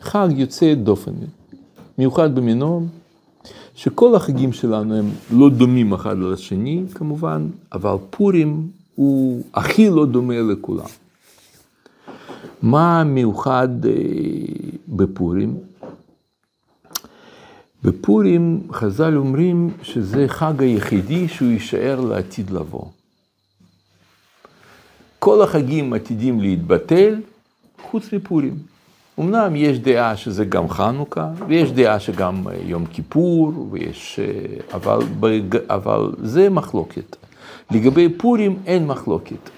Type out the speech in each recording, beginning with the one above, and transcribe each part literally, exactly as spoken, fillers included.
חג יוצא דופן, מיוחד במינו, שכל החגים שלנו הם לא דומים אחד לשני, כמובן, אבל פורים הוא הכי לא דומה לכולם. מה מיוחד בפורים? בפורים חז"ל אומרים שזה חג היחידי שהוא יישאר לעתיד לבוא. כל החגים עתידים להתבטל, חוץ מפורים. אמנם יש דעה שזה גם חנוכה, ויש דעה שגם יום כיפור, ויש, אבל, אבל זה מחלוקת. לגבי פורים אין מחלוקת.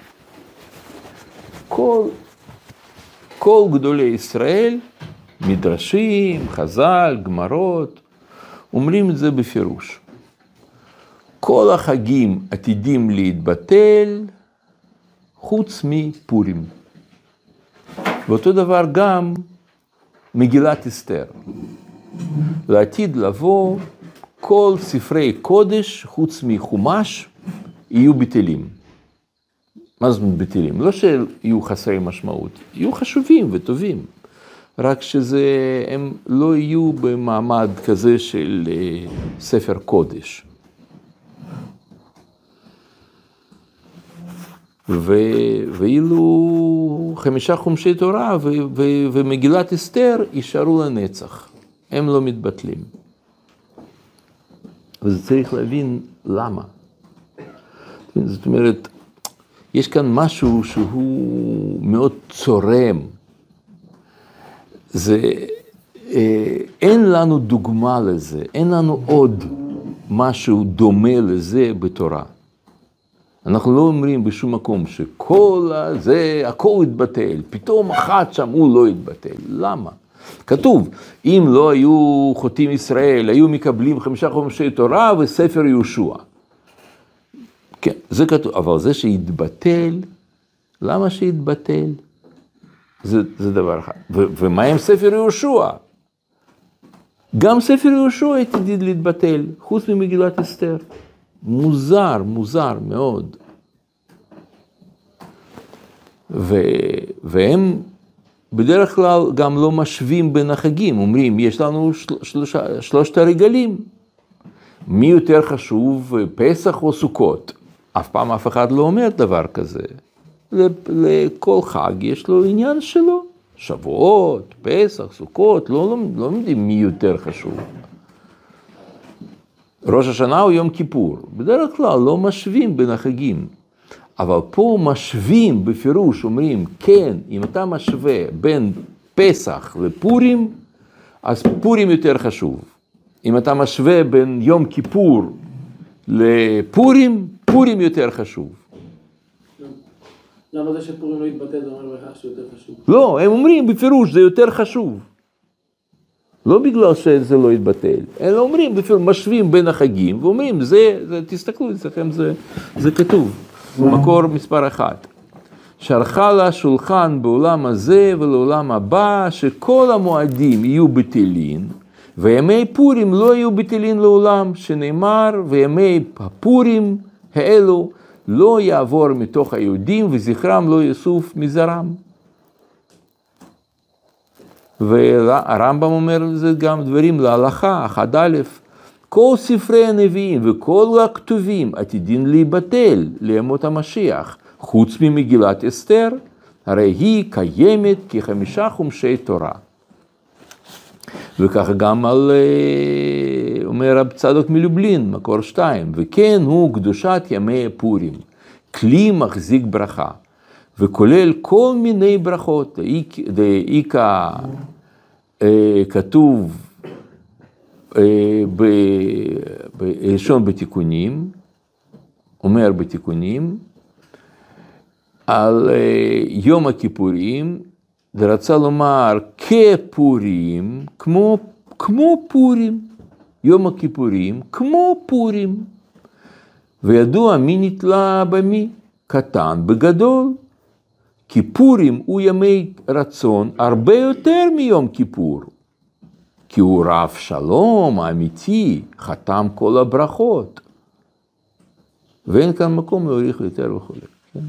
כל, כל גדולי ישראל, מדרשים, חז"ל, גמרות, אומרים את זה בפירוש. כל החגים עתידים להתבטל, חוץ מפורים. ואותו דבר גם מגילת אסתר. לעתיד לבוא, כל ספרי קודש, חוץ מחומש, יהיו בטלים. מה זאת בטלים? לא שיהיו חסרי משמעות, יהיו חשובים וטובים. רק שזה, הם לא יהיו במעמד כזה של ספר קודש. ואילו חמישה חומשי תורה ו- ו- ומגילת אסתר יישארו לנצח. הם לא מתבטלים. וזה צריך להבין למה. זאת אומרת, יש כאן משהו שהוא מאוד צורם. זה, אין לנו דוגמה לזה, אין לנו עוד משהו דומה לזה בתורה. אנחנו לא אומרים בשום מקום שכל זה, הכל התבטל, פתאום אחת שם הוא לא התבטל. למה? כתוב, אם לא היו חוטאים ישראל, היו מקבלים חמישה חומשי תורה וספר יהושע. כן, זה כתוב, אבל זה שהתבטל, למה שהתבטל? זה, זה דבר אחד. ו, ומה עם ספר יהושע? גם ספר יהושע עתיד להתבטל, חוץ ממגילת אסתר. מוזר, מוזר מאוד. ו, והם בדרך כלל גם לא משווים בין החגים. אומרים, יש לנו של, שלושה, שלושת הרגלים. מי יותר חשוב, פסח או סוכות? אף פעם אף אחד לא אומר דבר כזה. לכל חג יש לו עניין שלו. שבועות, פסח, סוכות, לא, לא, לא יודעים מי יותר חשוב. ראש השנה הוא יום כיפור. בדרך כלל לא משווים בין החגים. אבל פה משווים בפירוש, אומרים, כן, אם אתה משווה בין פסח לפורים, אז פורים יותר חשוב. אם אתה משווה בין יום כיפור לפורים, פורים יותר חשוב. למה זה שפורים לא יתבטל, זה אומר לך שיותר חשוב? לא, הם אומרים בפירוש, זה יותר חשוב. לא בגלל שזה לא יתבטל, אלא אומרים, בפירוש, משווים בין החגים, ואומרים, זה, זה תסתכלו, אצלכם זה, זה כתוב, מקור מספר אחד. שערכה לה שולחן בעולם הזה ולעולם הבא, שכל המועדים יהיו בטלין, וימי פורים לא יהיו בטלין לעולם, שנאמר, וימי הפורים האלו לא יעבור מתוך היהודים, וזכרם לא יסוף מזרם. והרמב"ם אומר זה גם דברים להלכה, אחד א', כל ספרי הנביאים וכל הכתובים עתידים להיבטל לימות המשיח, חוץ ממגילת אסתר, הרי היא קיימת כחמישה חומשי תורה. וכך גם על, אומר רב צדוק מלובלין, מקור שתיים, וכן הוא קדושת ימי פורים, כלי מחזיק ברכה, וכולל כל מיני ברכות, דאיקה כתוב בראשון בתיקונים, אומר בתיקונים, על יום הכיפורים, ורצה לומר כפורים, כמו, כמו פורים, יום הכיפורים, כמו פורים, וידוע מי נתלה במי, קטן בגדול, כי פורים הוא ימי רצון הרבה יותר מיום כיפור, כי הוא רב שלום האמיתי, חתם כל הברכות, ואין כאן מקום להוריך יותר וכו'. כן?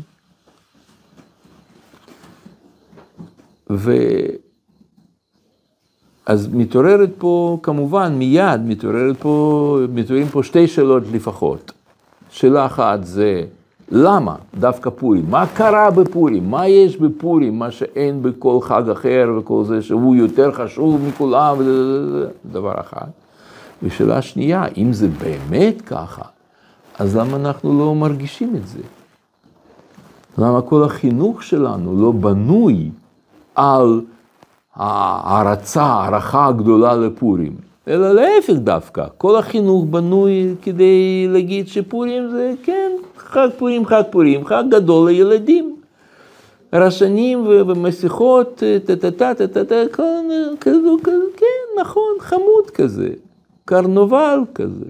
אז מתעוררת פה, כמובן, מיד מתעוררת פה, מתעוררים פה שתי שאלות לפחות. שאלה אחת זה, למה דווקא פורים? מה קרה בפורים? מה יש בפורים? מה שאין בכל חג אחר וכל זה, שהוא יותר חשוב מכולם, דבר אחד. ושאלה שנייה, אם זה באמת ככה, אז למה אנחנו לא מרגישים את זה? למה כל החינוך שלנו לא בנוי על הערצה, הערכה הגדולה לפורים? אלא להפך דווקא, כל החינוך בנוי כדי להגיד שפורים זה, כן, חג פורים, חג פורים, חג גדול לילדים. רשנים ומסיכות, טטטטטטט, כזו, כן, נכון, חמוד כזה, קרנבל כזה.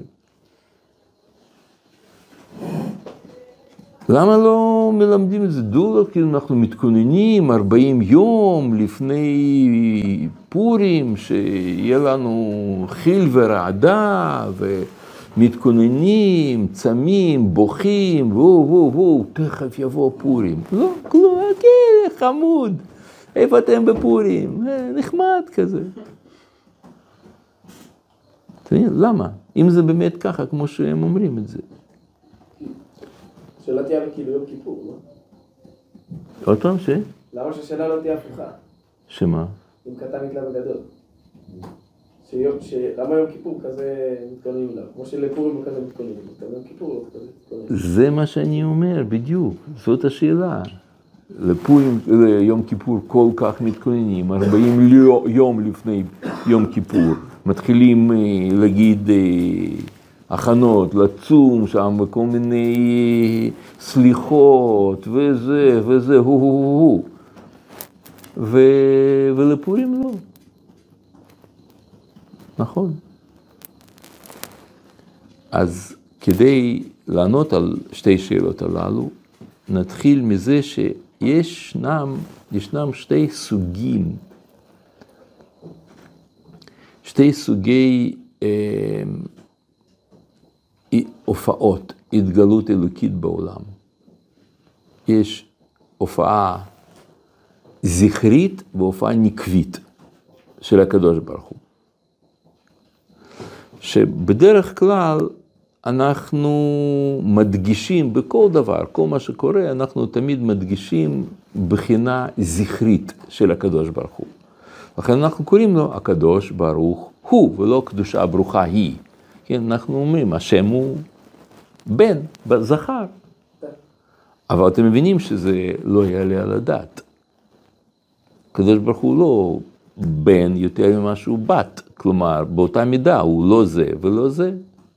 למה לא מלמדים את זה דולה? כי אנחנו מתכוננים ארבעים יום לפני פורים, שיהיה לנו חיל ורעדה, ומתכוננים, צמים, בוכים, וואו, וואו, וואו, תכף יבוא פורים. לא, כלום, כן, חמוד. איפה אתם בפורים? נחמד כזה. למה? אם זה באמת ככה, כמו שהם אומרים את זה. שאלה תהיה כאילו יום כיפור, לא? עוד פעם, ש? למה שהשאלה לא תהיה הפוכה? שמה? אם קטן נתלה בגדול. שיום, ש... למה יום כיפור כזה מתכוננים אליו? כמו שלפורים הוא כזה מתכוננים, אבל יום כיפור לא כזה מתכוננים. זה מה שאני אומר, בדיוק, זאת השאלה. לפורים, ליום כיפור כל כך מתכוננים, ארבעים יום לפני יום כיפור, מתחילים להגיד הכנות, לצום שם, וכל מיני סליחות, וזה, וזה, הו, הו, הו. ו... ולפורים לא. נכון. אז כדי לענות על שתי שאלות הללו, נתחיל מזה שישנם, ישנם שתי סוגים, שתי סוגי אה, הופעות, התגלות אלוקית בעולם. יש הופעה זכרית והופעה נקבית של הקדוש ברוך הוא. שבדרך כלל אנחנו מדגישים בכל דבר, כל מה שקורה, אנחנו תמיד מדגישים בחינה זכרית של הקדוש ברוך הוא. לכן אנחנו קוראים לו הקדוש ברוך הוא, ולא קדושה ברוכה היא. כן, אנחנו אומרים, השם הוא בן, זכר. אבל אתם מבינים שזה לא יעלה על הדעת. הקדוש ברוך הוא לא בן יותר ממה שהוא בת, כלומר, באותה מידה הוא לא זה ולא זה.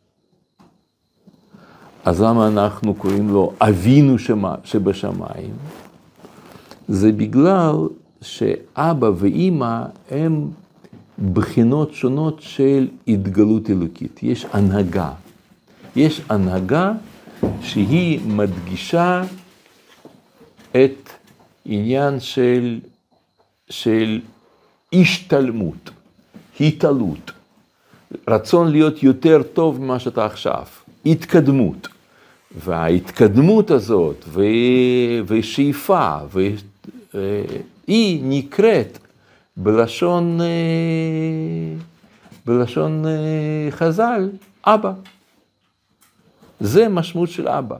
אז למה אנחנו קוראים לו אבינו שבשמיים? זה בגלל שאבא ואמא הם בחינות שונות של התגלות אלוקית. יש הנהגה. יש הנהגה שהיא מדגישה את עניין של, של השתלמות, התעלות, רצון להיות יותר טוב ממה שאתה עכשיו, התקדמות. וההתקדמות הזאת ושאיפה, היא נקראת בלשון, בלשון חז"ל, אבא. זה משמעות של אבא.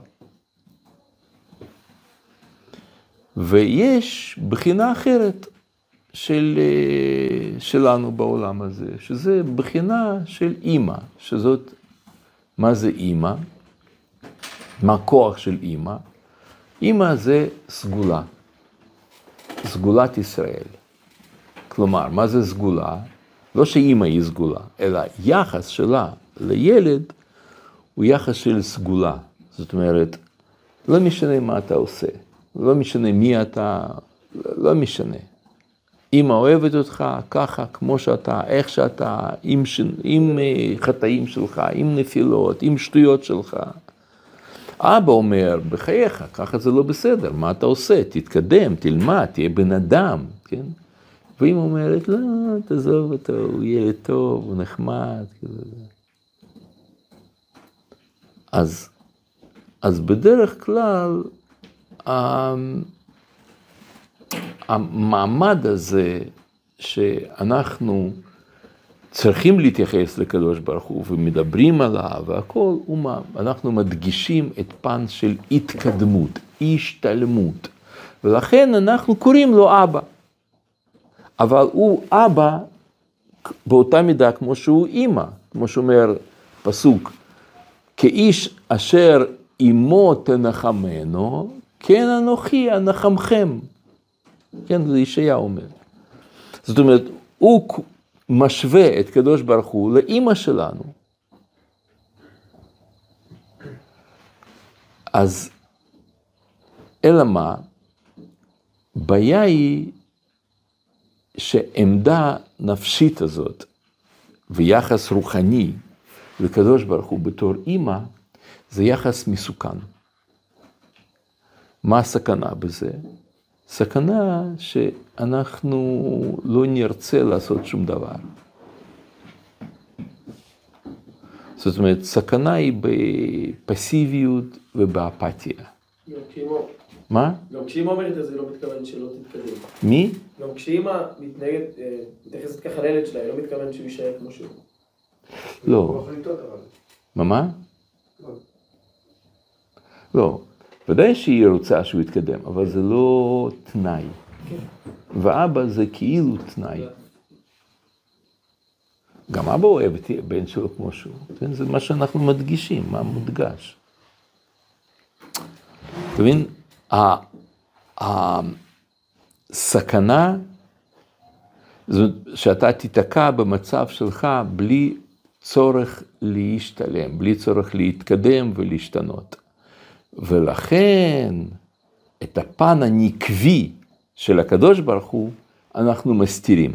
ויש בחינה אחרת של, שלנו בעולם הזה, שזה בחינה של אמא, שזאת, מה זה אמא? מה הכוח של אמא? אמא זה סגולה, סגולת ישראל. כלומר, מה זה סגולה? לא שאמא היא סגולה, אלא יחס שלה לילד הוא יחס של סגולה. זאת אומרת, לא משנה מה אתה עושה, לא משנה מי אתה, לא משנה. אמא אוהבת אותך ככה, כמו שאתה, איך שאתה, עם, עם חטאים שלך, עם נפילות, עם שטויות שלך. אבא אומר, בחייך, ככה זה לא בסדר, מה אתה עושה? תתקדם, תלמד, תהיה בן אדם, כן? ואמא אומרת, לא, תעזוב אותו, הוא ילד טוב, הוא נחמד, כזה. אז, אז בדרך כלל, המעמד הזה שאנחנו צריכים להתייחס לקדוש ברוך הוא ומדברים עליו והכל, ומה? אנחנו מדגישים את פן של התקדמות, השתלמות, ולכן אנחנו קוראים לו אבא. אבל הוא אבא באותה מידה כמו שהוא אימא, כמו שאומר פסוק, כאיש אשר אמו תנחמנו, כן אנוכי אנחמכם. כן, זה ישעיה אומר. זאת אומרת, הוא משווה את קדוש ברוך הוא לאמא שלנו. אז אלא מה? בעיה היא שעמדה נפשית הזאת ויחס רוחני לקדוש ברוך הוא בתור אמא, זה יחס מסוכן. מה הסכנה בזה? סכנה שאנחנו לא נרצה לעשות שום דבר. זאת אומרת, סכנה היא בפסיביות ובאפתיה. גם כשאימא... מה? גם כשאימא אומרת את זה, לא מתכוון שלא תתקדם. מי? גם כשאימא מתנהגת, מתייחסת ככה לילד שלה, היא לא מתכוון שהוא יישאר כמו שהוא. לא. מה מה? לא. ודאי שהיא רוצה שהוא יתקדם, אבל זה לא תנאי. ואבא זה כאילו תנאי. גם אבא אוהב את הבן שלו כמו שהוא. זה מה שאנחנו מדגישים, מה מודגש. אתה מבין? הסכנה, זאת שאתה תיתקע במצב שלך בלי צורך להשתלם, בלי צורך להתקדם ולהשתנות. ולכן, את הפן הנקבי של הקדוש ברוך הוא, אנחנו מסתירים.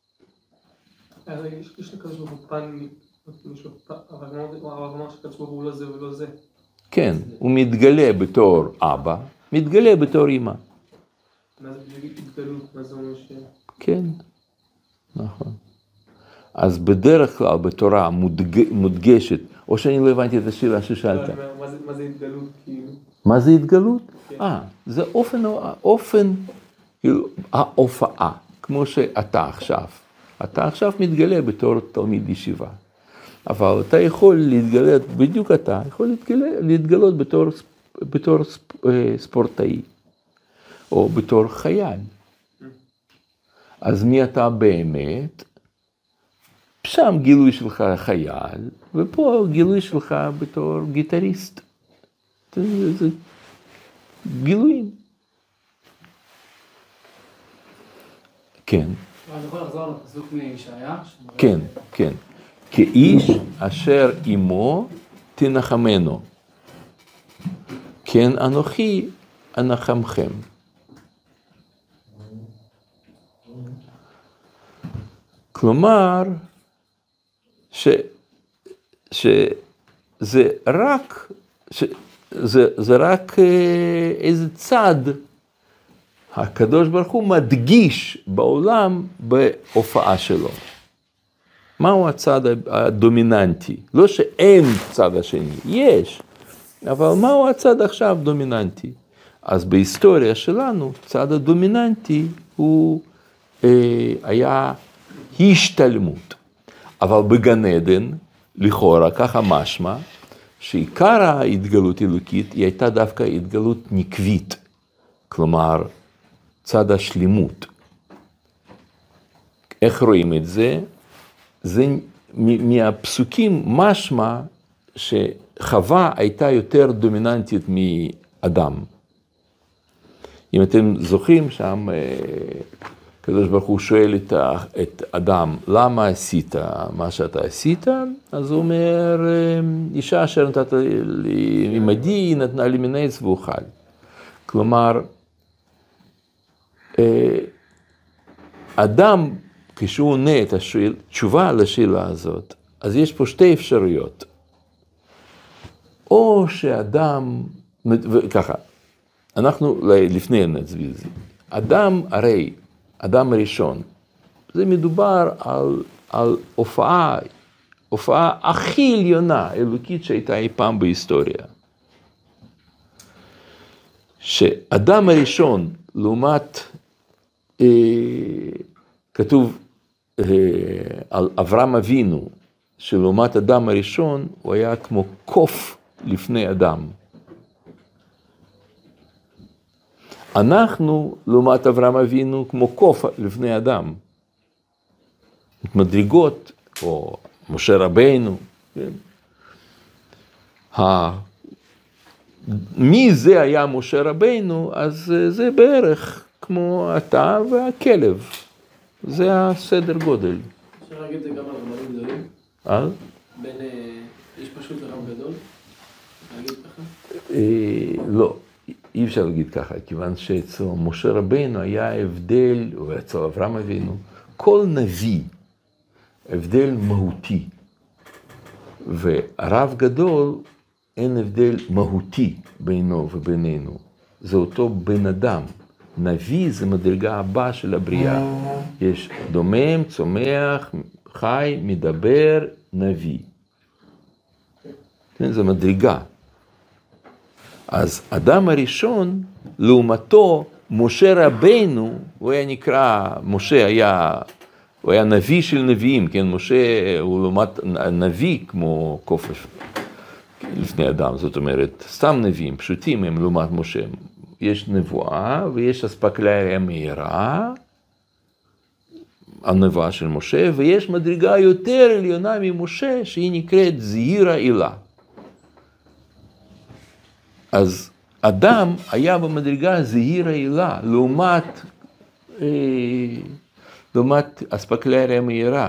יש לקדוש ברוך הוא פן, אבל אמר שקדוש ברוך הוא לא זה ולא זה. כן, הוא מתגלה בתור אבא, מתגלה בתור אמא. מה זה התגלות? מה זה אומר ש... כן, נכון. אז בדרך כלל בתורה מודג... מודגשת, או שאני לא הבנתי את השאלה ששאלת. מה זה התגלות? מה זה התגלות? אה, זה אופן, אופן, ההופעה, כמו שאתה עכשיו. אתה עכשיו מתגלה בתור תלמיד ישיבה. אבל אתה יכול להתגלות, בדיוק אתה, יכול להתגלה, להתגלות בתור, בתור ספורטאי, או בתור חייל. אז מי אתה באמת? שם גילוי שלך חייל, ופה גילוי שלך בתור גיטריסט. זה, זה גילויים. כן. אני יכול לחזור לפסוק מישעיה? כן, כן. כאיש אשר אמו תנחמנו, כן אנוכי אנחמכם. כלומר, ש, שזה רק, שזה, זה רק איזה צד, הקדוש ברוך הוא מדגיש בעולם בהופעה שלו. מהו הצד הדומיננטי? לא שאין צד השני, יש, אבל מהו הצד עכשיו דומיננטי? אז בהיסטוריה שלנו, צד הדומיננטי הוא אה, היה השתלמות. אבל בגן עדן, לכאורה, ככה משמע, שעיקר ההתגלות אלוקית היא הייתה דווקא התגלות נקבית, כלומר, צד השלימות. איך רואים את זה? זה מהפסוקים משמע שחווה הייתה יותר דומיננטית מאדם. אם אתם זוכרים שם, הקדוש ברוך הוא שואל את, את אדם, למה עשית מה שאתה עשית? אז הוא אומר, אישה אשר נתת לי עמדי, היא נתנה לי מן העץ ואוכל. כלומר, אדם, כשהוא עונה את התשובה לשאלה הזאת, אז יש פה שתי אפשרויות. או שאדם, וככה, אנחנו לפני נצביע את זה, אדם הרי, אדם הראשון, זה מדובר על, על הופעה, הופעה הכי עליונה, אלוקית שהייתה אי פעם בהיסטוריה. שאדם הראשון, לעומת, אה, כתוב, על אברהם אבינו, שלעומת אדם הראשון, הוא היה כמו קוף לפני אדם. אנחנו, לעומת אברהם אבינו, כמו קוף לפני אדם. מדרגות, או משה רבינו, כן? מי זה היה משה רבינו, אז זה בערך כמו אתה והכלב. זה הסדר גודל. אפשר להגיד את זה גם על רבנים גדולים? אה? בין איש פשוט לרב גדול? להגיד ככה? לא, אי אפשר להגיד ככה, כיוון שאצל משה רבינו היה הבדל, או אצל אברהם אבינו, כל נביא, הבדל מהותי. והרב גדול, אין הבדל מהותי בינו ובינינו. זה אותו בן אדם. נביא זה מדרגה הבאה של הבריאה. יש דומם, צומח, חי, מדבר, נביא. זה מדרגה. אז אדם הראשון, לעומתו, משה רבינו, הוא היה נקרא, משה היה, הוא היה נביא של נביאים, כן? משה הוא לעומת נביא כמו קוף לפני אדם, זאת אומרת, סתם נביאים, פשוטים הם לעומת משה. יש נבואה ויש אספקלריה מהירה, הנבואה של משה, ויש מדרגה יותר עליונה ממשה, שהיא נקראת זעירה עילה. אז אדם היה במדרגה זעירה עילה, לעומת, אה, לעומת אספקלריה מהירה.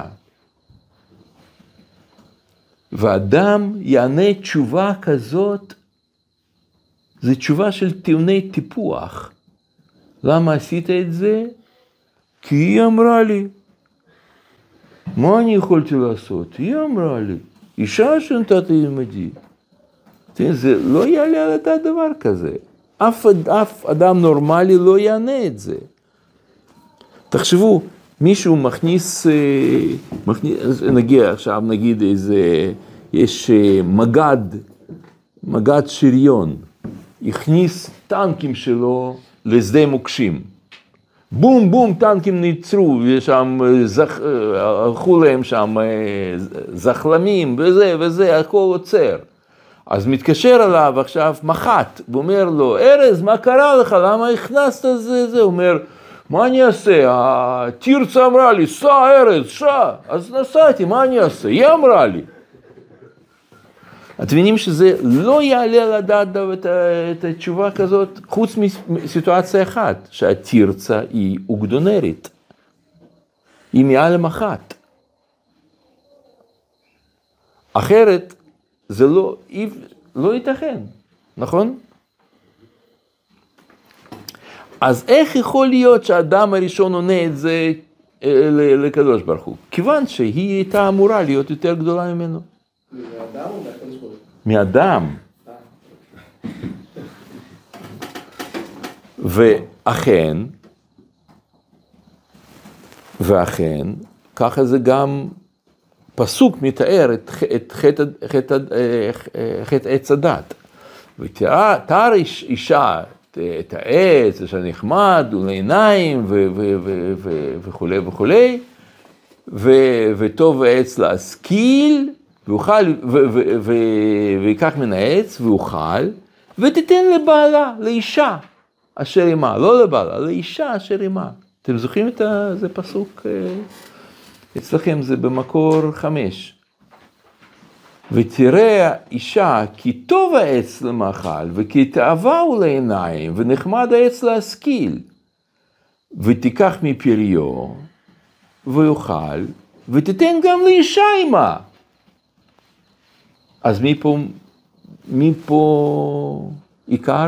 ואדם יענה תשובה כזאת, זו תשובה של טיעוני טיפוח. למה עשית את זה? כי היא אמרה לי. מה אני יכולתי לעשות? היא אמרה לי. אישה שנתת ילמדי. זה לא יעלה על הדעת דבר כזה. אף, אף אדם נורמלי לא יענה את זה. תחשבו, מישהו מכניס, מכניס נגיע עכשיו נגיד איזה, יש מגד, מגד שריון, הכניס טנקים שלו לשדה מוקשים. בום בום טנקים ניצרו, ושם זח, הלכו להם שם זחלמים וזה וזה, הכל עוצר. אז מתקשר אליו עכשיו מח"ט, ואומר לו, ארז, מה קרה לך? למה הכנסת זה? זה? הוא אומר, מה אני אעשה? התרצה אמרה לי, סע ארז, סע. אז נסעתי, מה אני אעשה? היא אמרה לי. אתם מבינים שזה לא יעלה על הדעת את, את התשובה כזאת, חוץ מסיטואציה אחת, שהתרצה היא אוגדונרית. היא מעל המח"ט. אחרת, זה לא, לא ייתכן, נכון? אז איך יכול להיות שהאדם הראשון עונה את זה לקדוש ברוך הוא? כיוון שהיא הייתה אמורה להיות יותר גדולה ממנו. מהאדם או מהקדוש ברוך הוא? מאדם. ואכן, ואכן, ככה זה גם פסוק מתאר את, את חטא, חטא, חטא עץ הדת. ותראה אישה את העץ, זה שנחמד, ולעיניים, וכו' וכו', וטוב העץ להשכיל, ויקח מן העץ, ואוכל, ותיתן לבעלה, לאישה, אשר עמה, לא לבעלה, לאישה אשר עמה. אתם זוכרים את זה פסוק? אצלכם זה במקור חמש. ותראה אישה כי טוב העץ למאכל וכי תאווה הוא לעיניים ונחמד העץ להשכיל. ותיקח מפריו ויאכל ותיתן גם לאישה עמה. אז מי פה, מי פה עיקר?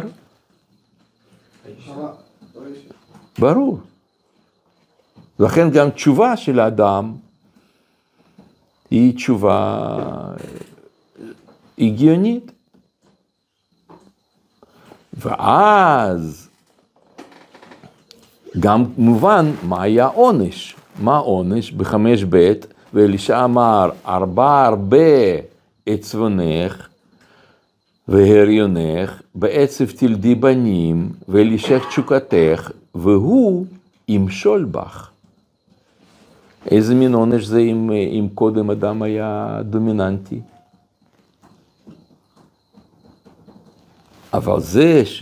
ברור. לכן גם תשובה של האדם היא תשובה הגיונית. ואז גם מובן מה היה עונש. מה עונש? בחמש בית, ואלישע אמר, ארבע הרבה עצבונך והריונך, בעצב תלדי בנים, ואלישך תשוקתך, והוא ימשול בך. איזה מין עונש זה אם, אם קודם אדם היה דומיננטי? אבל זה ש,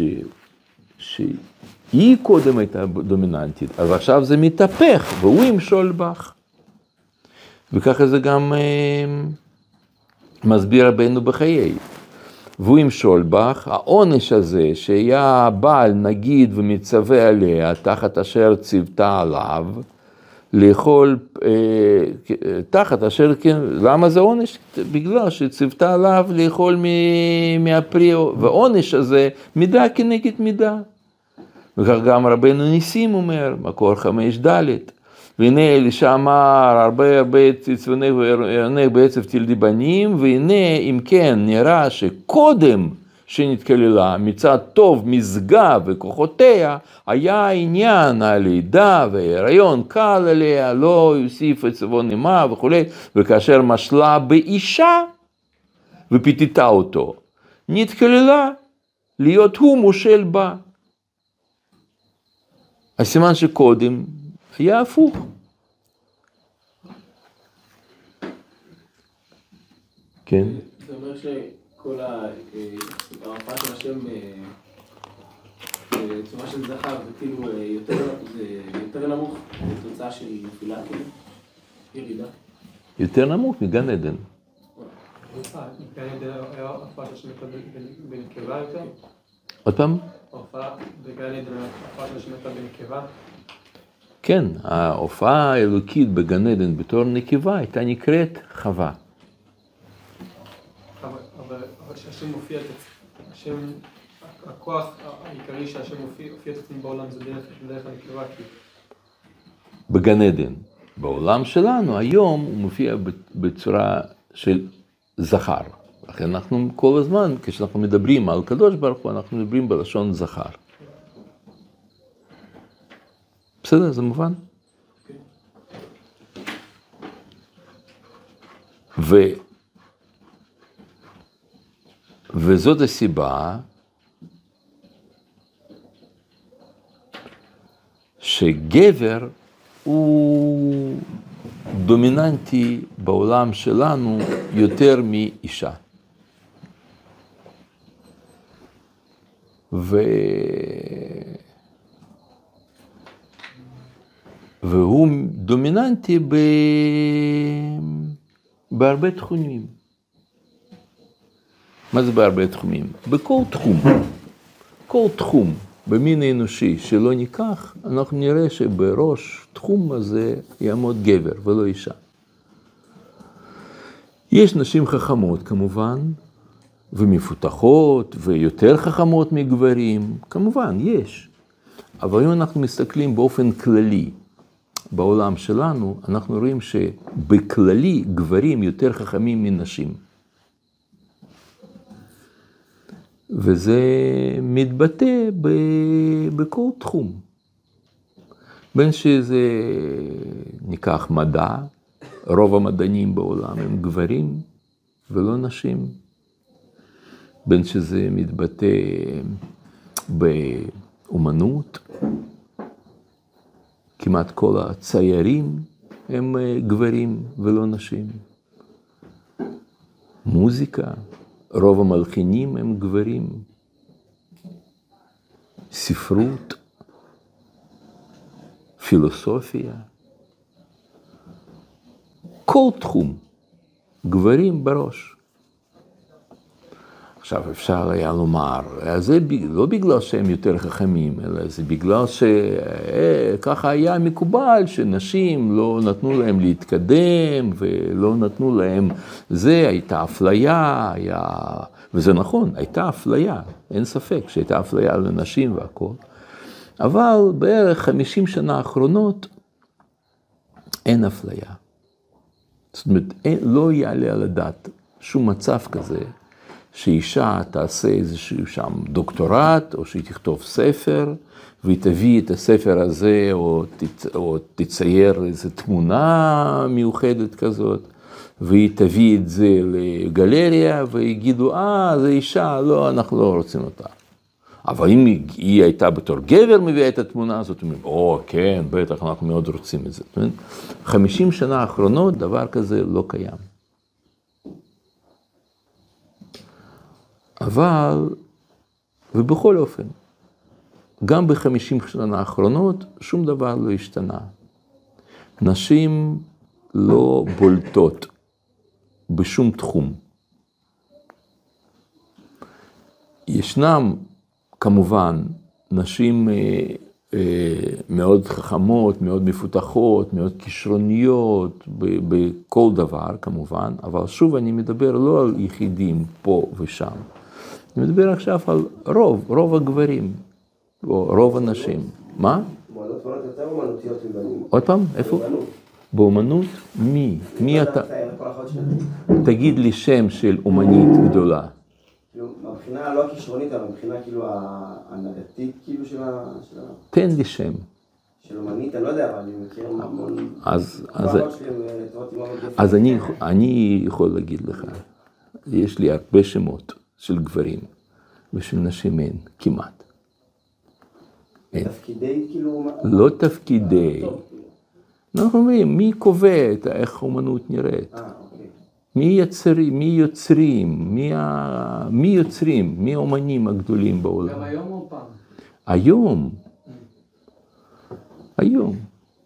שהיא קודם הייתה דומיננטית, אבל עכשיו זה מתהפך, והוא ימשול בך. וככה זה גם אה, מסביר רבנו בחיי. והוא ימשול בך, העונש הזה שהיה בעל נגיד ומצווה עליה, תחת אשר צוותה עליו, לאכול, אה, תחת אשר, כן, למה זה עונש? בגלל שצוותה עליו לאכול מהפרי, והעונש הזה מידה כנגד מידה. וכך גם רבנו ניסים אומר, מקור חמש ד', והנה אלישע אמר, הרבה הרבה תצוונך וערנך בעצב תלדי בנים, והנה אם כן נראה שקודם שנתכללה מצד טוב מזגה וכוחותיה, היה עניין הלידה וההיריון קל עליה, לא יוסיף את צבון אמה וכו', וכאשר משלה באישה ופיתתה אותו, נתכללה להיות הוא מושל בה. הסימן שקודם היה הפוך. כן. זה אומר שכל ההרפאה של השם, צורה של זכר, זה כאילו יותר נמוך, תוצאה של נפילה, כאילו, ירידה. יותר נמוך מגן עדן. גן עדן היה הרפאה של השם בנקבה יותר? עוד פעם? הרפאה בגן עדן היה הרפאה של השם בנקבה? כן, ההופעה האלוקית בגן עדן בתור נקבה הייתה נקראת חווה. אבל כשהשם מופיע, השם, הכוח העיקרי שהשם מופיע את עצמו בעולם זה דרך הנקבה. בגן עדן. בעולם שלנו היום הוא מופיע בצורה של זכר. לכן אנחנו כל הזמן, כשאנחנו מדברים על קדוש ברוך הוא, אנחנו מדברים בלשון זכר. בסדר, זה מובן? ו... וזאת הסיבה שגבר הוא דומיננטי בעולם שלנו יותר מאישה. ו... והוא דומיננטי ב... בהרבה תחומים. מה זה בהרבה תחומים? בכל תחום. כל תחום במין האנושי שלא ניקח, אנחנו נראה שבראש תחום הזה יעמוד גבר ולא אישה. יש נשים חכמות כמובן, ומפותחות, ויותר חכמות מגברים, כמובן, יש. אבל אם אנחנו מסתכלים באופן כללי, בעולם שלנו, אנחנו רואים שבכללי גברים יותר חכמים מנשים. וזה מתבטא ב... בכל תחום. בין שזה ניקח מדע, רוב המדענים בעולם הם גברים ולא נשים. בין שזה מתבטא באומנות, כמעט כל הציירים הם גברים ולא נשים. מוזיקה, רוב המלחינים הם גברים. ספרות, פילוסופיה, כל תחום, גברים בראש. עכשיו אפשר היה לומר, זה לא בגלל שהם יותר חכמים, אלא זה בגלל שככה היה מקובל שנשים לא נתנו להם להתקדם ולא נתנו להם, זה הייתה אפליה, היה, וזה נכון, הייתה אפליה, אין ספק שהייתה אפליה לנשים והכל, אבל בערך חמישים שנה האחרונות אין אפליה. זאת אומרת, אין, לא יעלה על הדעת שום מצב כזה, שאישה תעשה איזשהו שם דוקטורט, או שהיא תכתוב ספר, והיא תביא את הספר הזה, או, תצ... או תצייר איזו תמונה מיוחדת כזאת, והיא תביא את זה לגלריה, ויגידו, אה, זה אישה, לא, אנחנו לא רוצים אותה. אבל אם היא, היא הייתה בתור גבר מביאה את התמונה הזאת, אומרים, או, כן, בטח, אנחנו מאוד רוצים את זה. חמישים שנה האחרונות, דבר כזה לא קיים. אבל, ובכל אופן, גם בחמישים שנה האחרונות, שום דבר לא השתנה. נשים לא בולטות בשום תחום. ישנם, כמובן, נשים אה, אה, מאוד חכמות, מאוד מפותחות, מאוד כישרוניות, ב- בכל דבר, כמובן, אבל שוב אני מדבר לא על יחידים פה ושם. אני מדבר עכשיו על רוב, רוב הגברים, או רוב הנשים. מה? אומנות אומנות יותר אומנותיות מבנים. עוד פעם, איפה? אומנות. באומנות? מי? מי אתה? כל אחד שלנו. תגיד לי שם של אומנית גדולה. כאילו, מבחינה לא הכישרונית, אבל מבחינה כאילו הנגדתית, כאילו של ה... של ה- תן לי שם. של אומנית, אני לא יודע, אבל אני מכיר המון... אז, כל אז, האבות שלי הם לטובת אימא מאוד יפה. אז אני, אני יכול להגיד לך, יש לי הרבה שמות של גברים, ושל נשים אין, כמעט. אין. תפקידי כאילו... לא תפקידי. אנחנו אומרים, מי קובע את איך האומנות נראית? אה, אוקיי. מי יוצרים, מי יוצרים, מי, ה... מי יוצרים, מי האומנים הגדולים בעולם? גם היום או פעם? היום. היום.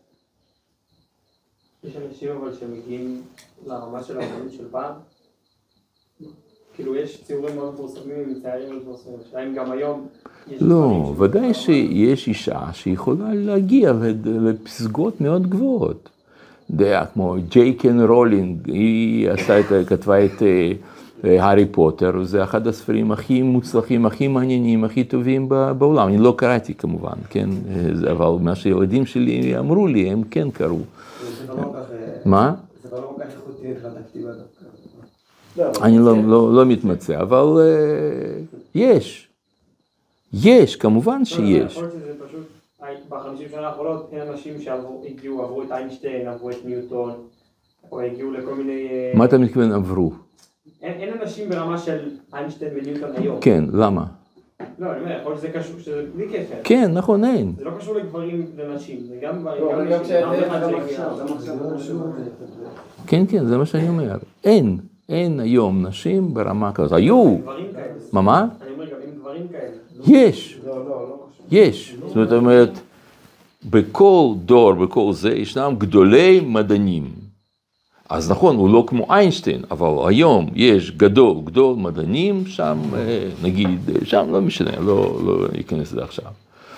יש אנשים אבל שמגיעים לרמה של האמנות של פעם? כאילו יש ציורים מאוד מפורסמים עם ציירים מאוד מפורסמים, האם גם היום יש... לא, ודאי שיש אישה שיכולה להגיע לפסגות מאוד גבוהות. דעה כמו ג'יי קן רולינג, היא עשה את, כתבה את הארי פוטר, זה אחד הספרים הכי מוצלחים, הכי מעניינים, הכי טובים בעולם. אני לא קראתי כמובן, כן? אבל מה שהילדים שלי אמרו לי, הם כן קראו. מה? זה לא כל כך איכותי מבחינת הכתיבה דווקא. אני לא, לא, לא מתמצא, אבל יש. יש, כמובן שיש. יכול להיות שזה פשוט, בחמישים שנה האחרונות אין אנשים שהגיעו, עברו את איינשטיין, עברו את ניוטון, או הגיעו לכל מיני... מה אתה מתכוון עברו? אין אנשים ברמה של איינשטיין וניוטון היום. כן, למה? לא, אני אומר, יכול להיות שזה קשור, שזה בלי קשר. כן, נכון, אין. זה לא קשור לגברים ולנשים, זה גם לא, גם אבל גם נשים, גם כשאין אחד גם שהגיע. עכשיו, גם עכשיו זה משהו. כן, כן, זה מה שאני אומר. אין, אין היום נשים ברמה כזאת. היו, דברים כאלה. מה, מה? אני אומר גם עם דברים כאלה. יש, לא, לא, לא חשוב. יש. זאת אומרת, בכל דור, בכל זה, ישנם גדולי מדענים. אז נכון, הוא לא כמו איינשטיין, אבל היום יש גדול, גדול מדענים, שם, נגיד, שם לא משנה, לא, לא ייכנס לזה עכשיו.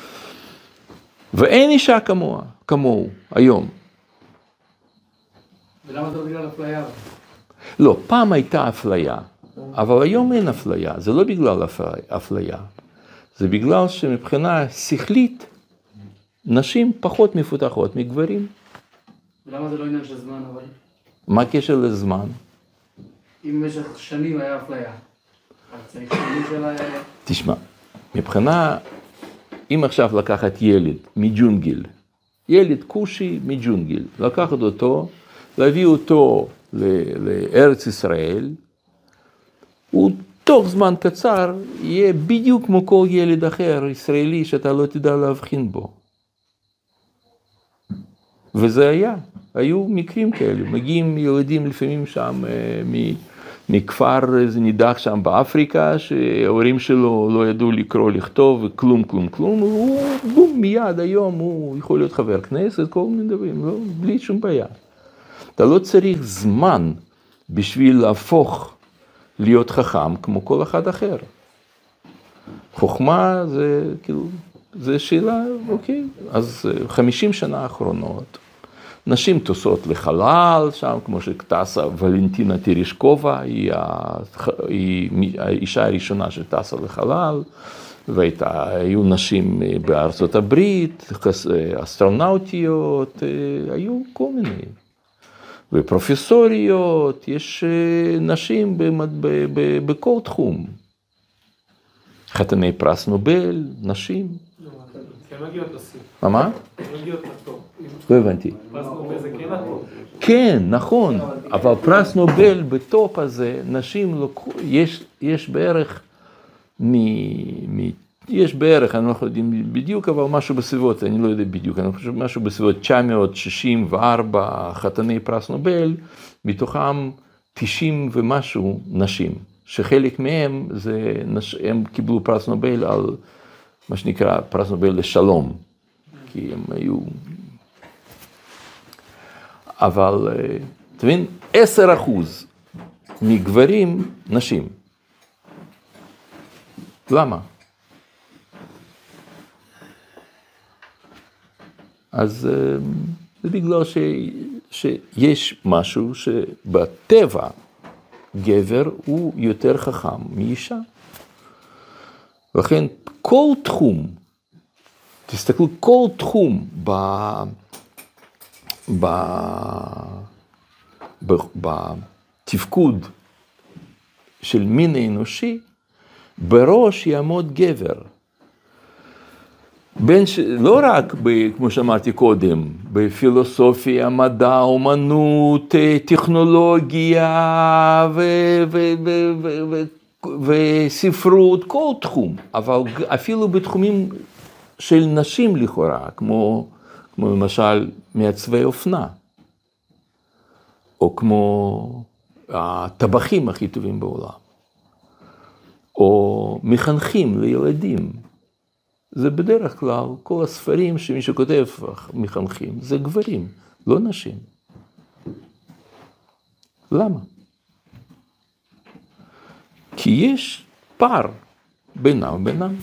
ואין אישה כמוה, כמוהו, היום. ולמה זה לא בגלל אפליה? לא, פעם הייתה אפליה, אבל היום אין אפליה, זה לא בגלל אפליה, זה בגלל שמבחינה שכלית, נשים פחות מפותחות מגברים. ולמה זה לא עניין של זמן אבל? מה הקשר לזמן? אם במשך שנים היה אפליה, אז ההשתנות שלה... תשמע, מבחינה, אם עכשיו לקחת ילד מג'ונגל, ילד כושי מג'ונגל, לקחת אותו, להביא אותו לארץ ישראל, הוא תוך זמן קצר יהיה בדיוק כמו כל ילד אחר ישראלי שאתה לא תדע להבחין בו. וזה היה, היו מקרים כאלו, מגיעים ילדים לפעמים שם מכפר איזה נידח שם באפריקה, שההורים שלו לא ידעו לקרוא, לכתוב, וכלום, כלום, כלום, הוא בום, מיד היום הוא יכול להיות חבר כנסת, כל מיני דברים, לא, בלי שום בעיה. אתה לא צריך זמן בשביל להפוך להיות חכם כמו כל אחד אחר. חוכמה זה כאילו, זה שאלה, אוקיי, אז חמישים שנה האחרונות, נשים טוסות לחלל שם, כמו שטסה ולנטינה טרישקובה, היא, היא האישה הראשונה שטסה לחלל, והיו נשים בארצות הברית, אסטרונאוטיות, היו כל מיני. ופרופסוריות, יש נשים בכל תחום. חתני פרס נובל, נשים. כן מגיעות לשיא. מה? מה? כן מגיעות לטוב. לא הבנתי. פרס נובל זה כן הטוב. כן, נכון, אבל פרס נובל בטופ הזה, נשים, יש, יש בערך מ, מ, יש בערך, אני לא יודעים בדיוק, אבל משהו בסביבות, אני לא יודע בדיוק, אני חושב משהו בסביבות תשע מאות שישים וארבע חתני פרס נובל, מתוכם תשעים ומשהו נשים, שחלק מהם זה, הם קיבלו פרס נובל על מה שנקרא פרס נובל לשלום, כי הם היו, אבל, אתה מבין, עשר אחוז מגברים נשים. למה? אז זה בגלל ש, שיש משהו שבטבע גבר הוא יותר חכם מאישה. לכן כל תחום, תסתכלו, כל תחום ב, ב, ב, בתפקוד של מין האנושי, בראש יעמוד גבר. בין ש... לא רק, ב, כמו שאמרתי קודם, בפילוסופיה, מדע, אומנות, טכנולוגיה ו... ו... ו... ו... ו... וספרות, כל תחום, אבל אפילו בתחומים של נשים לכאורה, כמו, כמו למשל מעצבי אופנה, או כמו הטבחים הכי טובים בעולם, או מחנכים לילדים. זה בדרך כלל, כל הספרים שמי שכותב מחנכים, זה גברים, לא נשים. למה? כי יש פער בינם ובינם.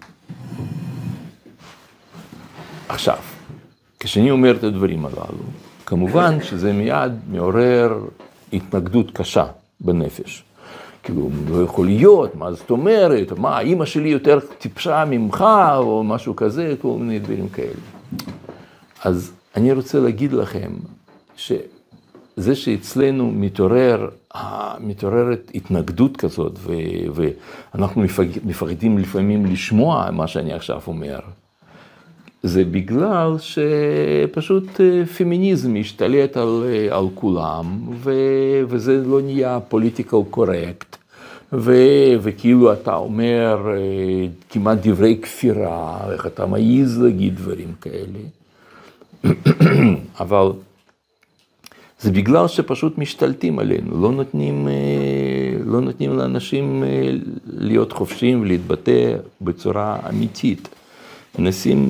עכשיו, כשאני אומר את הדברים הללו, כמובן שזה מיד מעורר התנגדות קשה בנפש. כאילו, לא יכול להיות, מה זאת אומרת, מה, אמא שלי יותר טיפשה ממך, או משהו כזה, כל מיני דברים כאלה. אז אני רוצה להגיד לכם, שזה שאצלנו מתעורר, מתעוררת התנגדות כזאת, ו, ואנחנו מפחדים לפעמים לשמוע מה שאני עכשיו אומר, זה בגלל שפשוט פמיניזם השתלט על, על כולם, ו, וזה לא נהיה פוליטיקל קורקט, ו, וכאילו אתה אומר כמעט דברי כפירה, איך אתה מעיז להגיד דברים כאלה. אבל זה בגלל שפשוט משתלטים עלינו, לא נותנים, לא נותנים לאנשים להיות חופשיים ולהתבטא בצורה אמיתית. מנסים,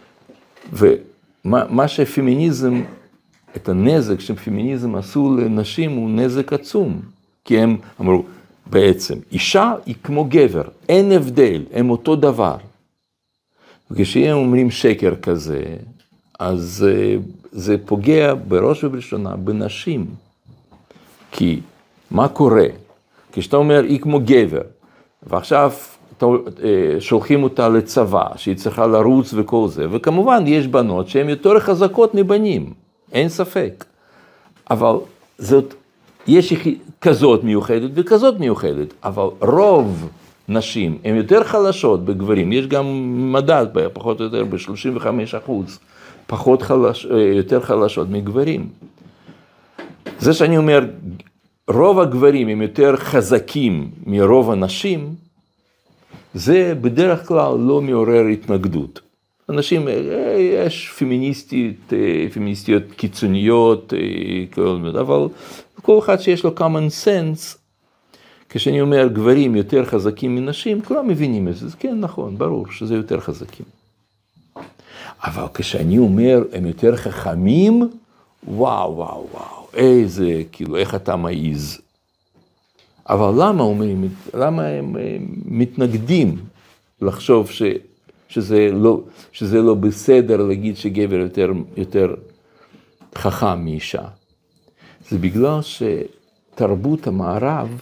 ומה שפמיניזם, את הנזק שפמיניזם עשו לנשים הוא נזק עצום. כי הם אמרו, בעצם, אישה היא כמו גבר, אין הבדל, הם אותו דבר. וכשהם אומרים שקר כזה, אז זה פוגע בראש ובראשונה בנשים. כי מה קורה? כשאתה אומר, היא כמו גבר, ועכשיו שולחים אותה לצבא, שהיא צריכה לרוץ וכל זה, וכמובן יש בנות שהן יותר חזקות מבנים, אין ספק. אבל זאת, יש כזאת מיוחדת וכזאת מיוחדת, אבל רוב נשים הן יותר חלשות בגברים, יש גם מדד פחות או יותר ב-שלושים וחמישה אחוז, פחות חלש, יותר חלשות מגברים. זה שאני אומר, רוב הגברים הם יותר חזקים מרוב הנשים, זה בדרך כלל לא מעורר התנגדות. אנשים, יש פמיניסטיות, פמיניסטיות קיצוניות, אבל כל אחד שיש לו common sense, כשאני אומר גברים יותר חזקים מנשים, כולם מבינים את זה, כן נכון, ברור שזה יותר חזקים. אבל כשאני אומר הם יותר חכמים, וואו וואו וואו, איזה, כאילו, איך אתה מעיז. אבל למה אומרים, למה הם מתנגדים לחשוב ש, שזה, לא, שזה לא בסדר להגיד שגבר יותר, יותר חכם מאישה? זה בגלל שתרבות המערב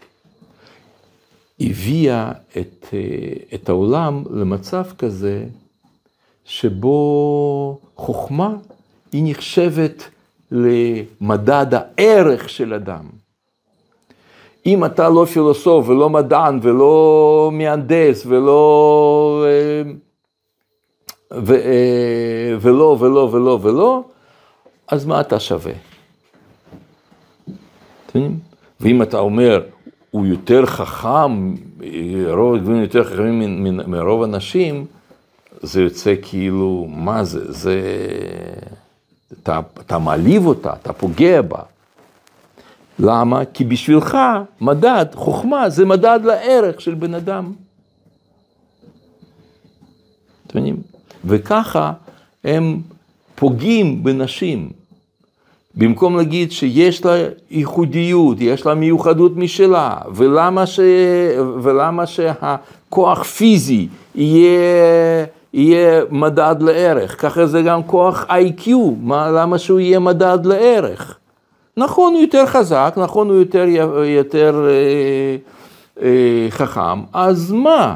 הביאה את, את העולם למצב כזה, שבו חוכמה היא נחשבת למדד הערך של אדם. אם אתה לא פילוסוף ולא מדען ולא מהנדס ולא ו, ולא ולא ולא ולא, אז מה אתה שווה? ואם אתה אומר, הוא יותר חכם, רוב הגברים יותר חכמים מרוב הנשים, זה יוצא כאילו, מה זה? זה... אתה, אתה מעליב אותה, אתה פוגע בה. למה? כי בשבילך מדד, חוכמה, זה מדד לערך של בן אדם. אתם יודעים? וככה הם פוגעים בנשים. במקום להגיד שיש לה ייחודיות, יש לה מיוחדות משלה, ולמה, ש... ולמה שהכוח פיזי יהיה, יהיה מדד לערך, ככה זה גם כוח איי קיו, מה, למה שהוא יהיה מדד לערך? נכון, הוא יותר חזק, נכון, הוא יותר, יותר אה, אה, חכם, אז מה?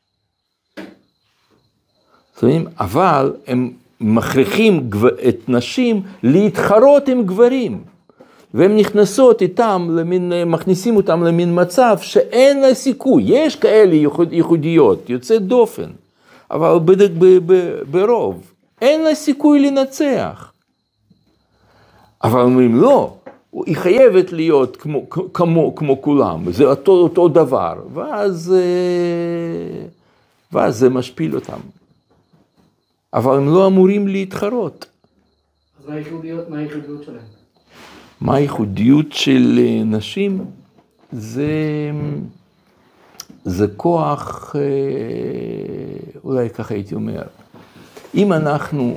אבל הם מכריחים את נשים להתחרות עם גברים, והם נכנסות איתם, למין, מכניסים אותם למין מצב שאין לה סיכוי, יש כאלה ייחוד, ייחודיות, יוצא דופן, אבל בדק ב, ב, ברוב, אין לה סיכוי לנצח. אבל אומרים לא, היא חייבת להיות כמו, כמו, כמו כולם, זה אותו, אותו דבר, ואז, ואז זה משפיל אותם. אבל הם לא אמורים להתחרות. אז מה הייחודיות, מה הייחודיות שלהם? מה הייחודיות של נשים? זה, זה כוח, אולי ככה הייתי אומר, אם אנחנו,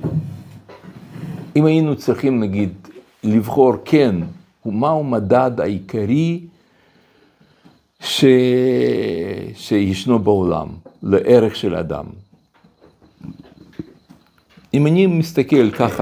אם היינו צריכים נגיד לבחור כן, מהו מדד העיקרי ש... שישנו בעולם, לערך של אדם. אם אני מסתכל ככה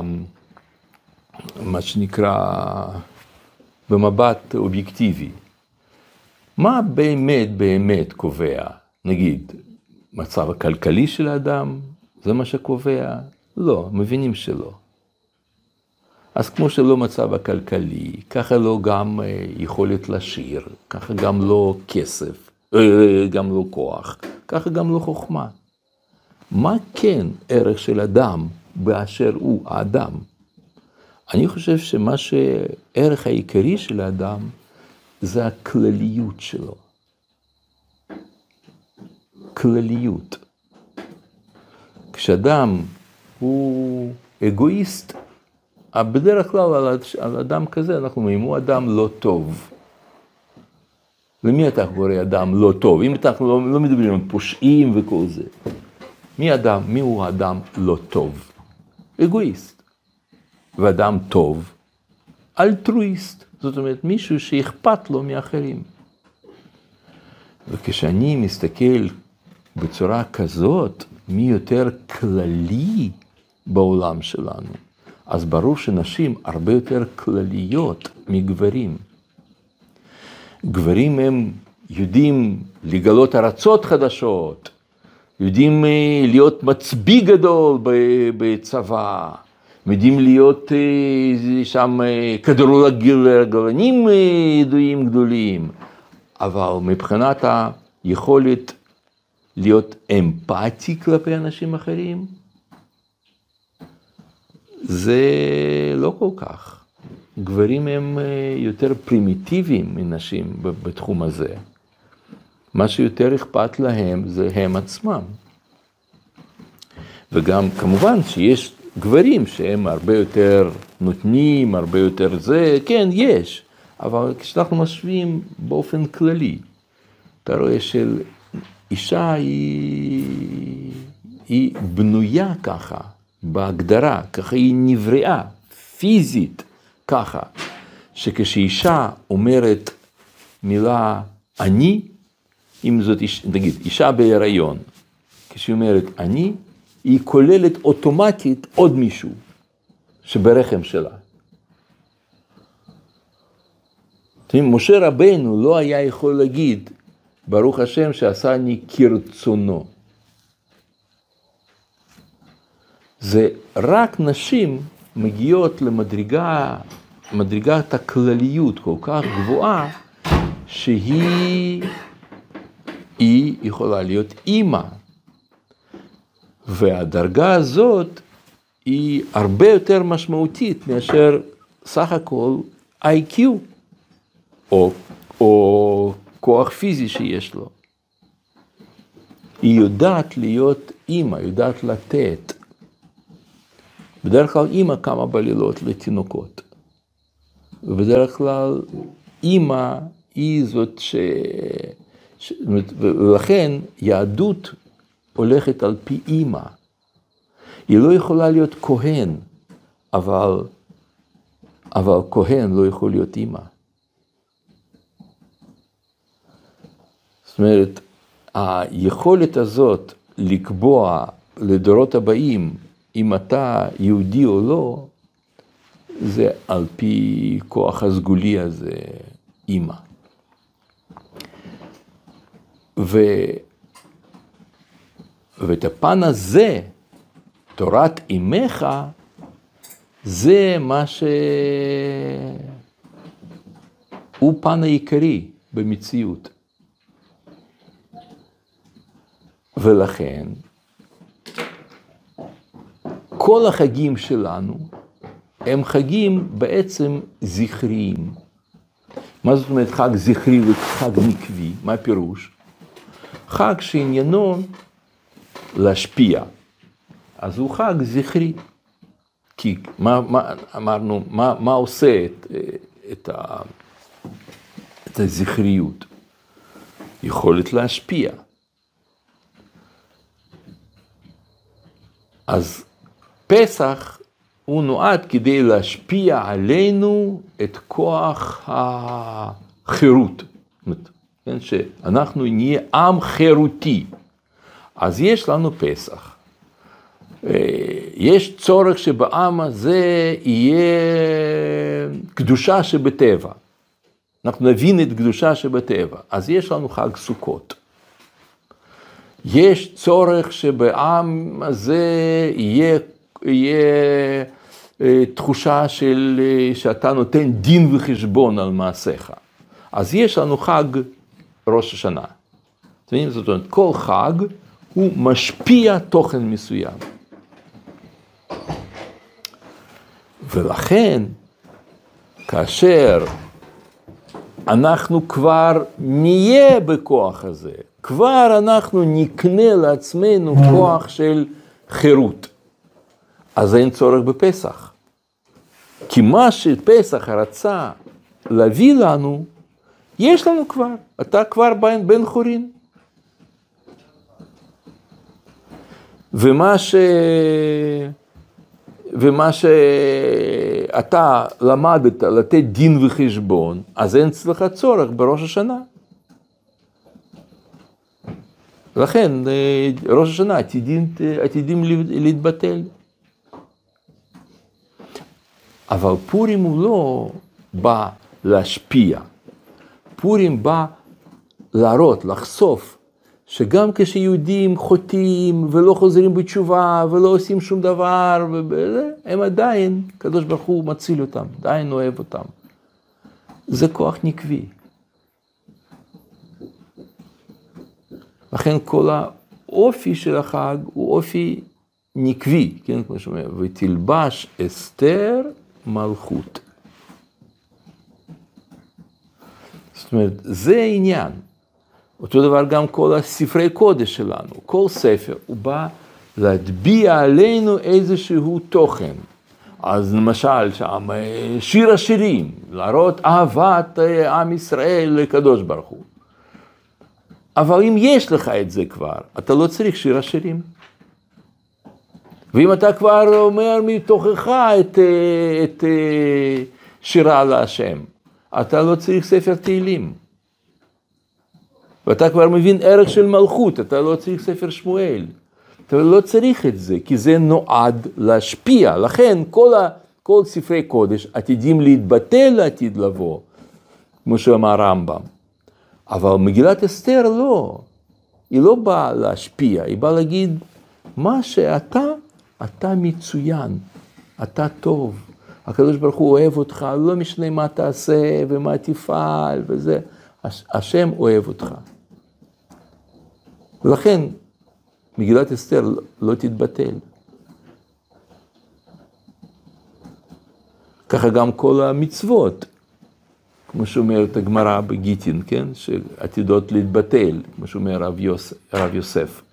במה שנקרא, במבט אובייקטיבי, מה באמת באמת קובע? נגיד, מצב הכלכלי של האדם, זה מה שקובע? לא, מבינים שלא. אז כמו שלא מצב הכלכלי, ככה לא גם יכולת לשיר, ככה גם לא כסף, גם לא כוח, ככה גם לא חוכמה. מה כן ערך של אדם באשר הוא האדם? אני חושב שמה שערך העיקרי של האדם זה הכלליות שלו. כלליות. כשאדם הוא אגואיסט, בדרך כלל על, על אדם כזה אנחנו אומרים, הוא אדם לא טוב. למי אתה קורא אדם לא טוב? אם אנחנו לא, לא מדברים על פושעים וכל זה. מי אדם? מי הוא אדם לא טוב? אגואיסט. ואדם טוב, אלטרואיסט. זאת אומרת, מישהו שאכפת לו מאחרים. וכשאני מסתכל בצורה כזאת, מי יותר כללי בעולם שלנו, אז ברור שנשים הרבה יותר כלליות מגברים. גברים הם יודעים לגלות ארצות חדשות, יודעים להיות מצביא גדול בצבא, יודעים להיות שם כדורגלנים ידועים גדולים, אבל מבחינת היכולת להיות אמפתי כלפי אנשים אחרים, זה לא כל כך. גברים הם יותר פרימיטיביים מנשים בתחום הזה. מה שיותר אכפת להם זה הם עצמם. וגם כמובן שיש גברים שהם הרבה יותר נותנים, הרבה יותר זה, כן, יש. אבל כשאנחנו משווים באופן כללי, אתה רואה של אישה היא, היא בנויה ככה, בהגדרה, ככה היא נבראה, פיזית, ככה, שכשאישה אומרת מילה אני, אם זאת, נגיד, אישה בהיריון, כשהיא אומרת אני, היא כוללת אוטומטית עוד מישהו שברחם שלה. משה רבנו לא היה יכול להגיד, ברוך השם שעשני כרצונו. זה רק נשים מגיעות למדרגה, מדרגת הכלליות כל כך גבוהה, שהיא היא יכולה להיות אימא. והדרגה הזאת היא הרבה יותר משמעותית מאשר סך הכל איי קיו, או או כוח פיזי שיש לו. היא יודעת להיות אימא, יודעת לתת. בדרך כלל אימא כמה בלילות לתינוקות. ובדרך כלל אימא היא זאת ש... ש... ולכן יהדות הולכת על פי אימא. היא לא יכולה להיות כהן, אבל, אבל כהן לא יכול להיות אימא. זאת אומרת, היכולת הזאת לקבוע לדורות הבאים אם אתה יהודי או לא, זה על פי כוח הסגולי הזה, אימא. ו... ואת הפן הזה, תורת אימך, זה מה שהוא פן העיקרי במציאות. ולכן, כל החגים שלנו הם חגים בעצם זכריים. מה זאת אומרת חג זכרי וחג נקבי? מה הפירוש? חג שעניינו להשפיע. אז הוא חג זכרי. כי מה, מה, אמרנו, מה, מה עושה את, את, ה, את הזכריות? יכולת להשפיע. אז פסח הוא נועד כדי להשפיע עלינו את כוח החירות. כן, שאנחנו נהיה עם חירותי. אז יש לנו פסח. יש צורך שבעם הזה יהיה קדושה שבטבע. אנחנו נבין את קדושה שבטבע. אז יש לנו חג סוכות. יש צורך שבעם הזה יהיה, יהיה תחושה של, שאתה נותן דין וחשבון על מעשיך. אז יש לנו חג ראש השנה. זאת אומרת, כל חג הוא משפיע תוכן מסוים. ולכן, כאשר אנחנו כבר נהיה בכוח הזה, כבר אנחנו נקנה לעצמנו כוח של חירות. אז אין צורך בפסח. כי מה שפסח רצה להביא לנו, יש לנו כבר. אתה כבר בן, בן חורין. ומה ש... ומה שאתה למדת לתת דין וחשבון, אז אין אצלך צורך בראש השנה. לכן, ראש השנה עתידים, עתידים להתבטל. אבל פורים הוא לא בא להשפיע. פורים בא להראות, לחשוף, שגם כשיהודים חוטאים ולא חוזרים בתשובה ולא עושים שום דבר, הם עדיין, הקדוש ברוך הוא מציל אותם, עדיין אוהב אותם. זה כוח נקבי. לכן כל האופי של החג הוא אופי נקבי, כן, כמו שאומר, ותלבש אסתר מלכות. זאת אומרת, זה העניין. אותו דבר גם כל הספרי קודש שלנו, כל ספר הוא בא להטביע עלינו איזשהו תוכן. אז למשל שם שיר השירים, להראות אהבת עם ישראל לקדוש ברוך הוא. אבל אם יש לך את זה כבר, אתה לא צריך שיר השירים. ואם אתה כבר אומר מתוכך את, את שירה להשם, אתה לא צריך ספר תהילים. ואתה כבר מבין ערך של מלכות, אתה לא צריך ספר שמואל. אתה לא צריך את זה, כי זה נועד להשפיע. לכן כל, ה, כל ספרי קודש עתידים להתבטל לעתיד לבוא, כמו שאמר רמב"ם. אבל מגילת אסתר לא. היא לא באה להשפיע, היא באה להגיד, מה שאתה, אתה מצוין, אתה טוב. הקדוש ברוך הוא אוהב אותך, לא משנה מה תעשה ומה תפעל וזה. השם אוהב אותך. ולכן, מגילת אסתר לא תתבטל. ככה גם כל המצוות. כמו שאומרת הגמרא בגיטין, כן? שעתידות להתבטל, כמו שאומר הרב יוסף, הרב יוסף.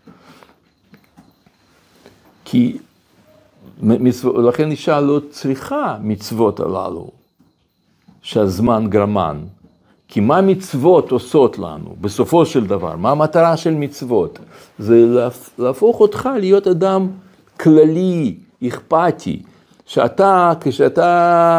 כי מצוות, לכן אישה לא צריכה מצוות הללו, שהזמן גרמן. כי מה מצוות עושות לנו בסופו של דבר? מה המטרה של מצוות? זה להפוך אותך להיות אדם כללי, אכפתי, שאתה, כשאתה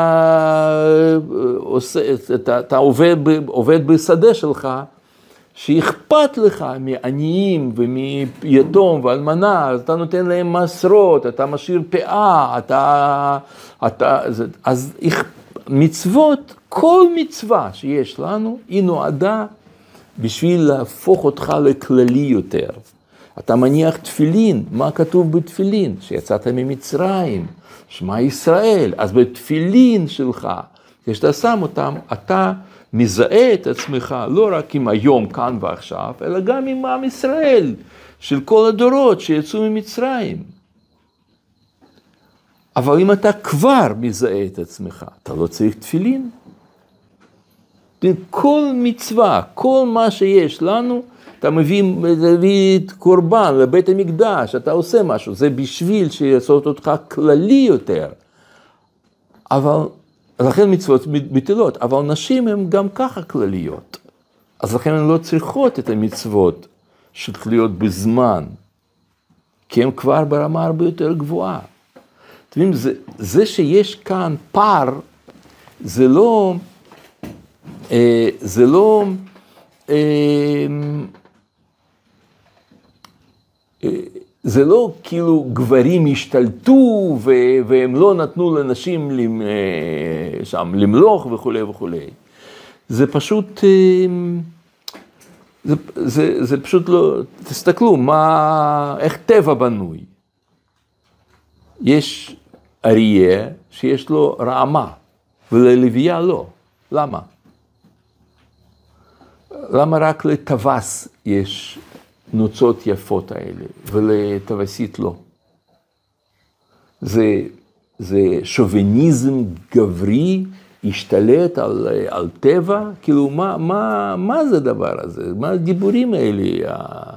עושה, אתה, אתה עובד, עובד בשדה שלך, שאכפת לך מעניים ומיתום ואלמנה, אז אתה נותן להם מסרות, אתה משאיר פאה, אתה, אתה, אז מצוות, כל מצווה שיש לנו, היא נועדה בשביל להפוך אותך לכללי יותר. אתה מניח תפילין, מה כתוב בתפילין? שיצאת ממצרים, שמע ישראל, אז בתפילין שלך, כשאתה שם אותם, אתה מזהה את עצמך, לא רק עם היום, כאן ועכשיו, אלא גם עם עם ישראל, של כל הדורות שיצאו ממצרים. אבל אם אתה כבר מזהה את עצמך, אתה לא צריך תפילין. כל מצווה, כל מה שיש לנו, אתה מביא, מביא קורבן לבית המקדש, אתה עושה משהו, זה בשביל שיעשות אותך כללי יותר. אבל, לכן מצוות בטלות, אבל נשים הן גם ככה כלליות. אז לכן הן לא צריכות את המצוות שתלויות בזמן, כי הן כבר ברמה הרבה יותר גבוהה. אתם יודעים, זה, זה שיש כאן פער, זה לא, אה, זה לא, אה, אה, זה לא כאילו גברים השתלטו והם לא נתנו לנשים שם למלוך וכו' וכו'. זה פשוט, זה, זה, זה פשוט לא, תסתכלו מה, איך טבע בנוי. יש אריה שיש לו רעמה וללוויה לא. למה? למה רק לטווס יש נוצות יפות האלה, ולטווסית לא. זה, זה שוביניזם גברי, השתלט על, על טבע, כאילו מה, מה, מה זה הדבר הזה? מה הדיבורים האלה?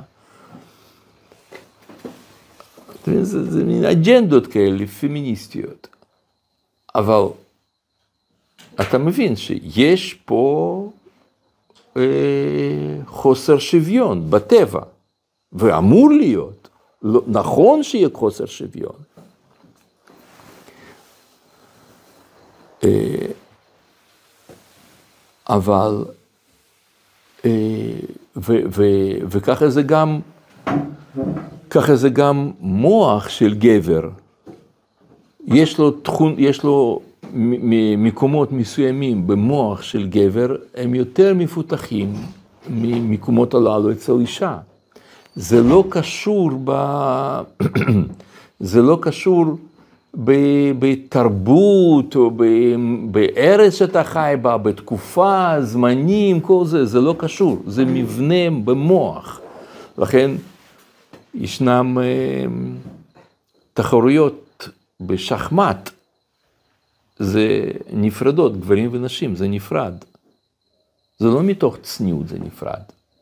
זה, זה מין אג'נדות כאלה, פמיניסטיות. אבל אתה מבין שיש פה אה, חוסר שוויון בטבע. ואמור להיות, נכון שיהיה חוסר שוויון. אבל, וככה זה גם, ככה זה גם מוח של גבר. יש לו תכון, יש לו מקומות מסוימים במוח של גבר, הם יותר מפותחים ממקומות הללו אצל אישה. זה לא קשור ב... זה לא קשור בתרבות או בארץ שאתה חי בה, בתקופה, זמנים, כל זה, זה לא קשור, זה מבנה במוח. לכן ישנם תחרויות בשחמט, זה נפרדות, גברים ונשים, זה נפרד. זה לא מתוך צניעות, זה נפרד.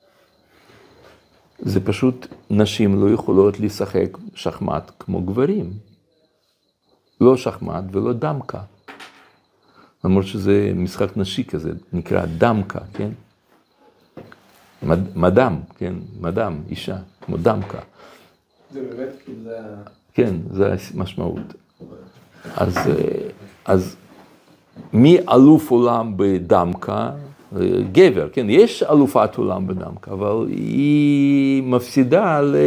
זה פשוט, נשים לא יכולות לשחק שחמט כמו גברים. לא שחמט ולא דמקה. למרות שזה משחק נשי כזה, נקרא דמקה, כן? מד, מדם, כן? מדם, אישה, כמו דמקה. זה באמת, כאילו זה... כן, זה המשמעות. אז, אז מי אלוף עולם בדמקה? גבר, כן, יש אלופת עולם בדמקה, אבל היא מפסידה ל...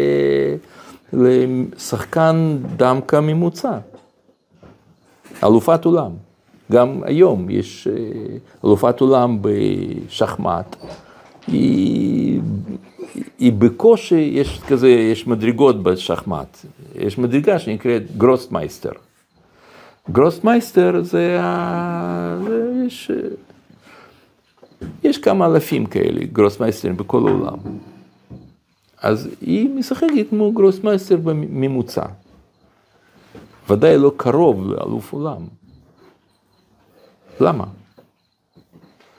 לשחקן דמקה ממוצע. אלופת עולם. גם היום יש אלופת עולם בשחמט. היא, היא בקושי, יש כזה, יש מדרגות בשחמט. יש מדרגה שנקראת גרוסמייסטר. גרוסמייסטר זה, זה יש... יש כמה אלפים כאלה, גרוסמייסטרים בכל העולם. אז היא משחקת כמו גרוסמייסטר בממוצע. ודאי לא קרוב לאלוף עולם. למה?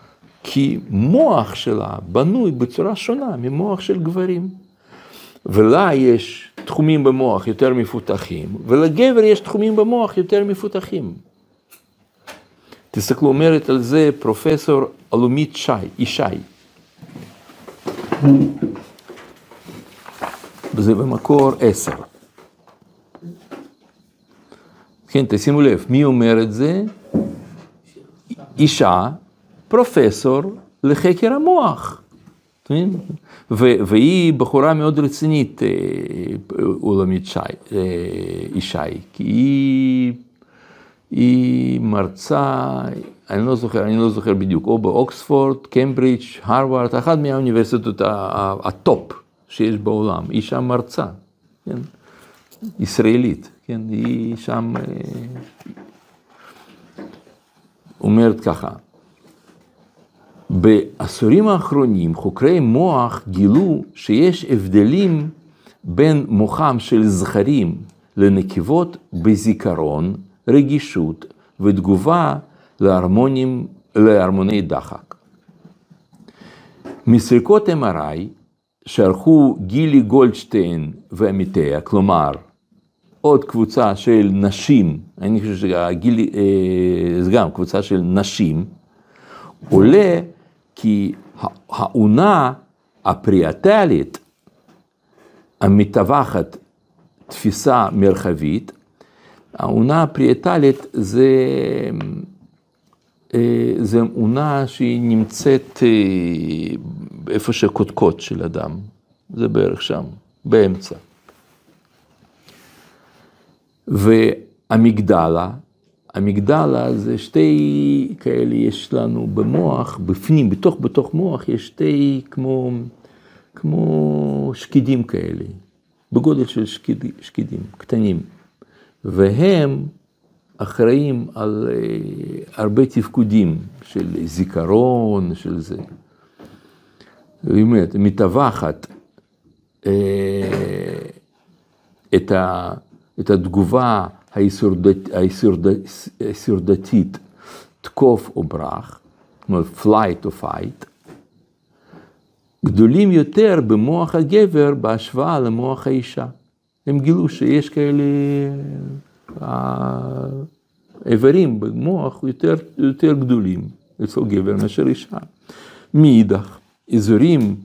כי מוח שלה בנוי בצורה שונה ממוח של גברים. ולה יש תחומים במוח יותר מפותחים, ולגבר יש תחומים במוח יותר מפותחים. תסתכלו, אומרת על זה פרופסור אלומית שי, ישי. וזה במקור עשר. כן, תשימו לב, מי אומר את זה? אישה, פרופסור לחקר המוח. והיא בחורה מאוד רצינית, אלומית שי, ישי, כי היא, היא מרצה, אני לא זוכר, אני לא זוכר בדיוק, או באוקספורד, קמברידג', הרווארד, אחת מהאוניברסיטות הטופ שיש בעולם, היא שם מרצה, כן? ישראלית, כן? היא שם אומרת ככה, בעשורים האחרונים חוקרי מוח גילו שיש הבדלים בין מוחם של זכרים לנקבות בזיכרון, רגישות ותגובה להרמונים, להרמוני דחק. מסריקות אם אר איי שערכו גילי גולדשטיין ועמיתיה, כלומר עוד קבוצה של נשים, אני חושב שגילי, זה גם קבוצה של נשים, עולה כי העונה הפריאטלית המתווכת תפיסה מרחבית, העונה הפריאטלית זה, זה עונה שהיא נמצאת איפה שקודקוד של אדם, זה בערך שם, באמצע. והמגדלה, המגדלה זה שתי כאלה יש לנו במוח, בפנים, בתוך בתוך מוח יש שתי כמו, כמו שקידים כאלה, בגודל של שקיד, שקידים קטנים, והם אחראים על הרבה תפקודים של זיכרון, של זה. באמת, מתווכת את, ה, את התגובה היסורדתית, היסורדתית, תקוף או ברח, כמו flight או fight, גדולים יותר במוח הגבר בהשוואה למוח האישה. הם גילו שיש כאלה האיברים במוח יותר, יותר גדולים אצל גבר מאשר אישה. מאידך, אזורים,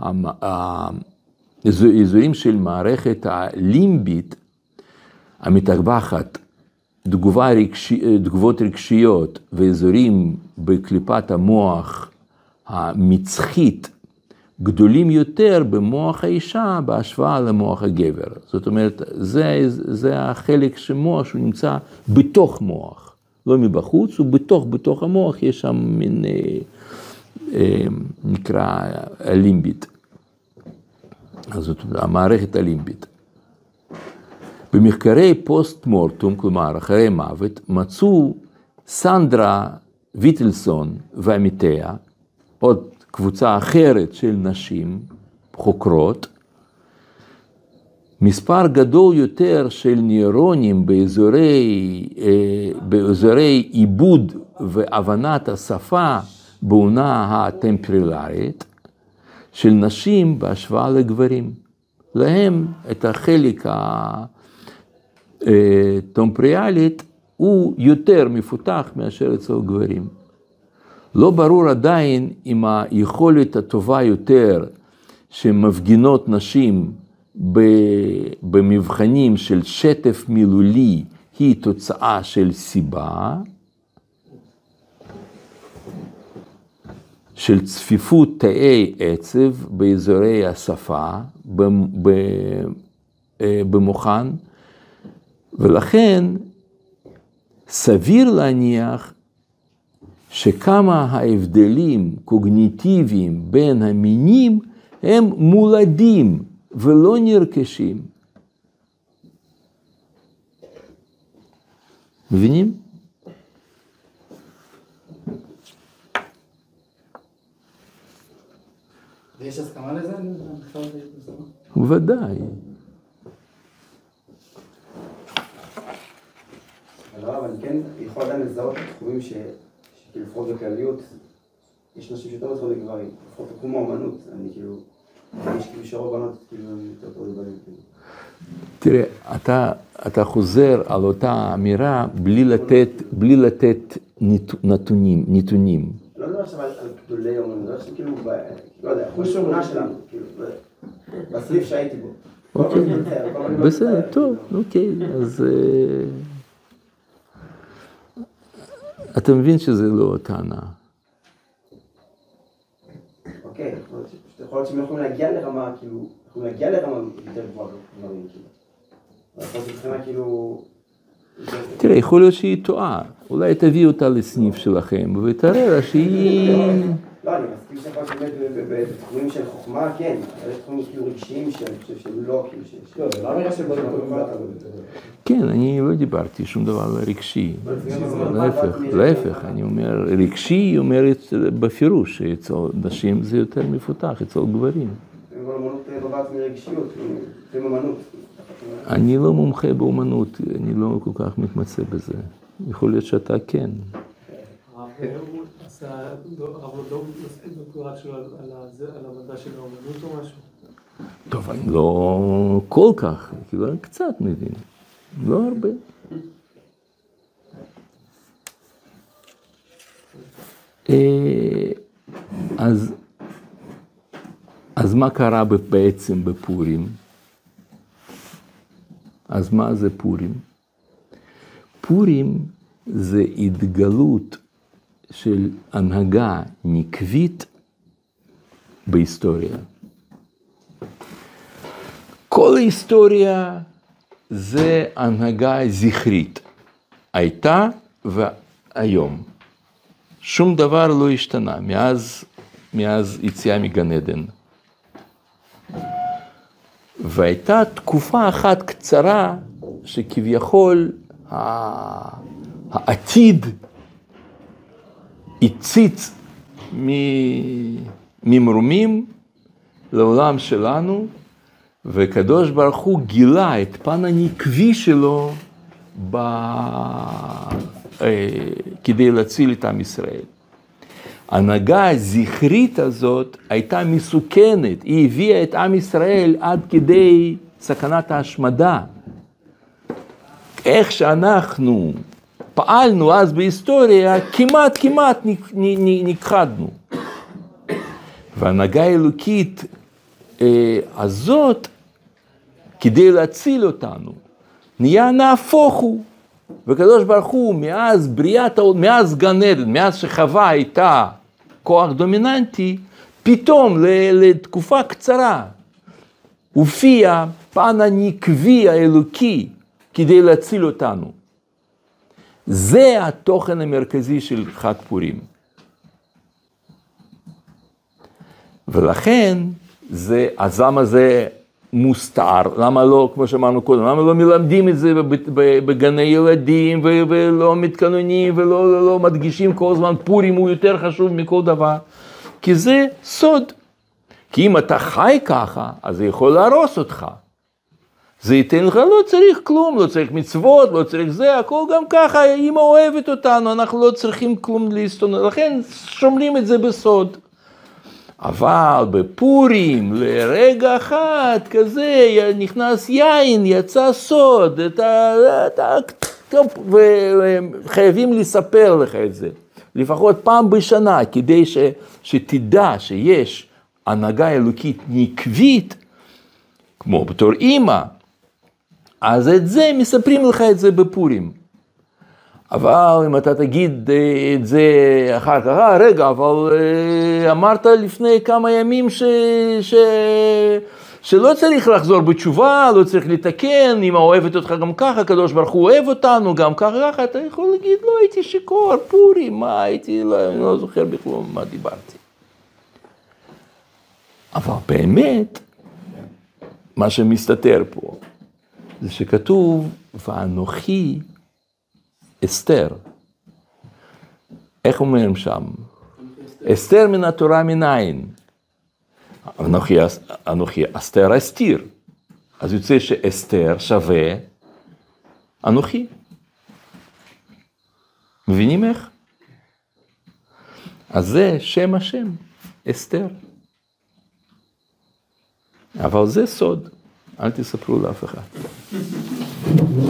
אזורים של מערכת הלימבית, המתווכת תגובה רגשי, תגובות רגשיות ואזורים בקליפת המוח המצחית גדולים יותר במוח האישה בהשוואה למוח הגבר. זאת אומרת, זה, זה החלק שמוח שהוא נמצא בתוך מוח, לא מבחוץ, ובתוך, בתוך המוח יש שם מין, אה, אה, נקרא הלימבית. אז זאת המערכת הלימבית. במחקרי פוסט מורטום, כלומר אחרי מוות, מצאו סנדרה ויטלסון ועמיתיה, עוד קבוצה אחרת של נשים חוקרות, מספר גדול יותר של נוירונים באזורי, באזורי עיבוד והבנת השפה בעונה הטמפרלרית של נשים בהשוואה לגברים. להם את החלק הטמפריאלית הוא יותר מפותח מאשר אצל גברים. לא ברור עדיין אם היכולת הטובה יותר שמפגינות נשים במבחנים של שטף מילולי היא תוצאה של סיבה, של צפיפות תאי עצב באזורי השפה, במוחן, ולכן סביר להניח שכמה ההבדלים קוגניטיביים בין המינים הם מולדים ולא נרכשים. מבינים? ויש הסכמה לזה? בוודאי. אבל אני כן יכול עדיין לזהות את התחומים שלפחות בכלליות יש נשים שיותר מתחילות לגברים, לפחות תחום האומנות, אני כאילו, יש כאילו שרוב בנות כאילו יותר טוב לגברים. תראה, אתה, אתה חוזר על אותה אמירה בלי לתת, בלי לתת נתונים, נתונים. לא מדבר עכשיו על גדולי אומנות, אני חושב כאילו, לא יודע, כמו שכונה שלנו, כאילו, בסליף שהייתי בו. אוקיי, בסדר, טוב, אוקיי, אז אתה מבין שזה לא טענה. אוקיי, יכול להיות שהם יכולים להגיע לרמה, כאילו, יכולים להגיע לרמה יותר גבוהה בגברים, כאילו. יכול להיות שבחינה, כאילו... תראה, יכול להיות שהיא טועה, אולי תביא אותה לסניף שלכם, ותראה לה שהיא... לא, אני מסכים שיכול להיות שבאמת בתחומים של חוכמה, כן, אבל יש תחומים כאילו רגשיים שאני חושב שהם לא, כאילו ש... לא, זה לא אמירה שבאים לדעת. כן, אני לא דיברתי שום דבר רגשי, להפך, להפך, אני אומר, רגשי אומרת בפירוש, אצל נשים זה יותר מפותח, אצל גברים. אמנות נובעת מרגשיות, זה אמנות. אני לא מומחה באמנות, אני לא כל כך מתמצא בזה, יכול להיות שאתה כן. הרב לא מספיק בקורת שלו על המדע של האמנות או משהו? טוב, אני לא כל כך, כאילו אני קצת מבין, לא הרבה. אז, אז מה קרה בעצם בפורים? אז מה זה פורים? פורים זה התגלות של הנהגה נקבית בהיסטוריה. כל ההיסטוריה זה הנהגה זכרית. הייתה והיום. שום דבר לא השתנה מאז, מאז יציאה מגן עדן. והייתה תקופה אחת קצרה שכביכול העתיד הציץ ממרומים לעולם שלנו, וקדוש ברוך הוא גילה את פן הנקבי שלו ב... כדי להציל את עם ישראל. ההנהגה הזכרית הזאת הייתה מסוכנת, היא הביאה את עם ישראל עד כדי סכנת ההשמדה. איך שאנחנו פעלנו אז בהיסטוריה, כמעט כמעט נכחדנו. וההנהגה האלוקית אה, הזאת, כדי להציל אותנו, נהיה נהפוך הוא. וקדוש ברוך הוא, מאז בריאת, מאז גן עדן, מאז שחווה הייתה כוח דומיננטי, פתאום לתקופה קצרה, הופיע פן הנקבי האלוקי כדי להציל אותנו. זה התוכן המרכזי של חג פורים. ולכן, זה, אז למה זה מוסתר? למה לא, כמו שאמרנו קודם, למה לא מלמדים את זה בגני ילדים, ולא מתקנונים, ולא לא, לא מדגישים כל הזמן, פורים הוא יותר חשוב מכל דבר? כי זה סוד. כי אם אתה חי ככה, אז זה יכול להרוס אותך. זה ייתן לך, לא צריך כלום, לא צריך מצוות, לא צריך זה, הכל גם ככה, אמא אוהבת אותנו, אנחנו לא צריכים כלום להסתונן, לכן שומרים את זה בסוד. אבל בפורים, לרגע אחד כזה, נכנס יין, יצא סוד, אתה, אתה, וחייבים לספר לך את זה. לפחות פעם בשנה, כדי ש, שתדע שיש הנהגה אלוקית נקבית, כמו בתור אמא, אז את זה, מספרים לך את זה בפורים. אבל אם אתה תגיד את זה אחר כך, אה, רגע, אבל אמרת לפני כמה ימים ש, ש, שלא צריך לחזור בתשובה, לא צריך לתקן, אמא אוהבת אותך גם ככה, הקדוש ברוך הוא אוהב אותנו גם ככה, ככה, אתה יכול להגיד, לא הייתי שיכור, פורים, מה הייתי, לא, אני לא זוכר בכלל מה דיברתי. אבל באמת, מה שמסתתר פה, זה שכתוב, ואנוכי אסתר. איך אומרים שם? אסתר מן התורה מנין. אנוכי, אנוכי אסתר אסתיר. אז יוצא שאסתר שווה אנוכי. מבינים איך? אז זה שם השם, אסתר. אבל זה סוד, אל תספרו לאף אחד.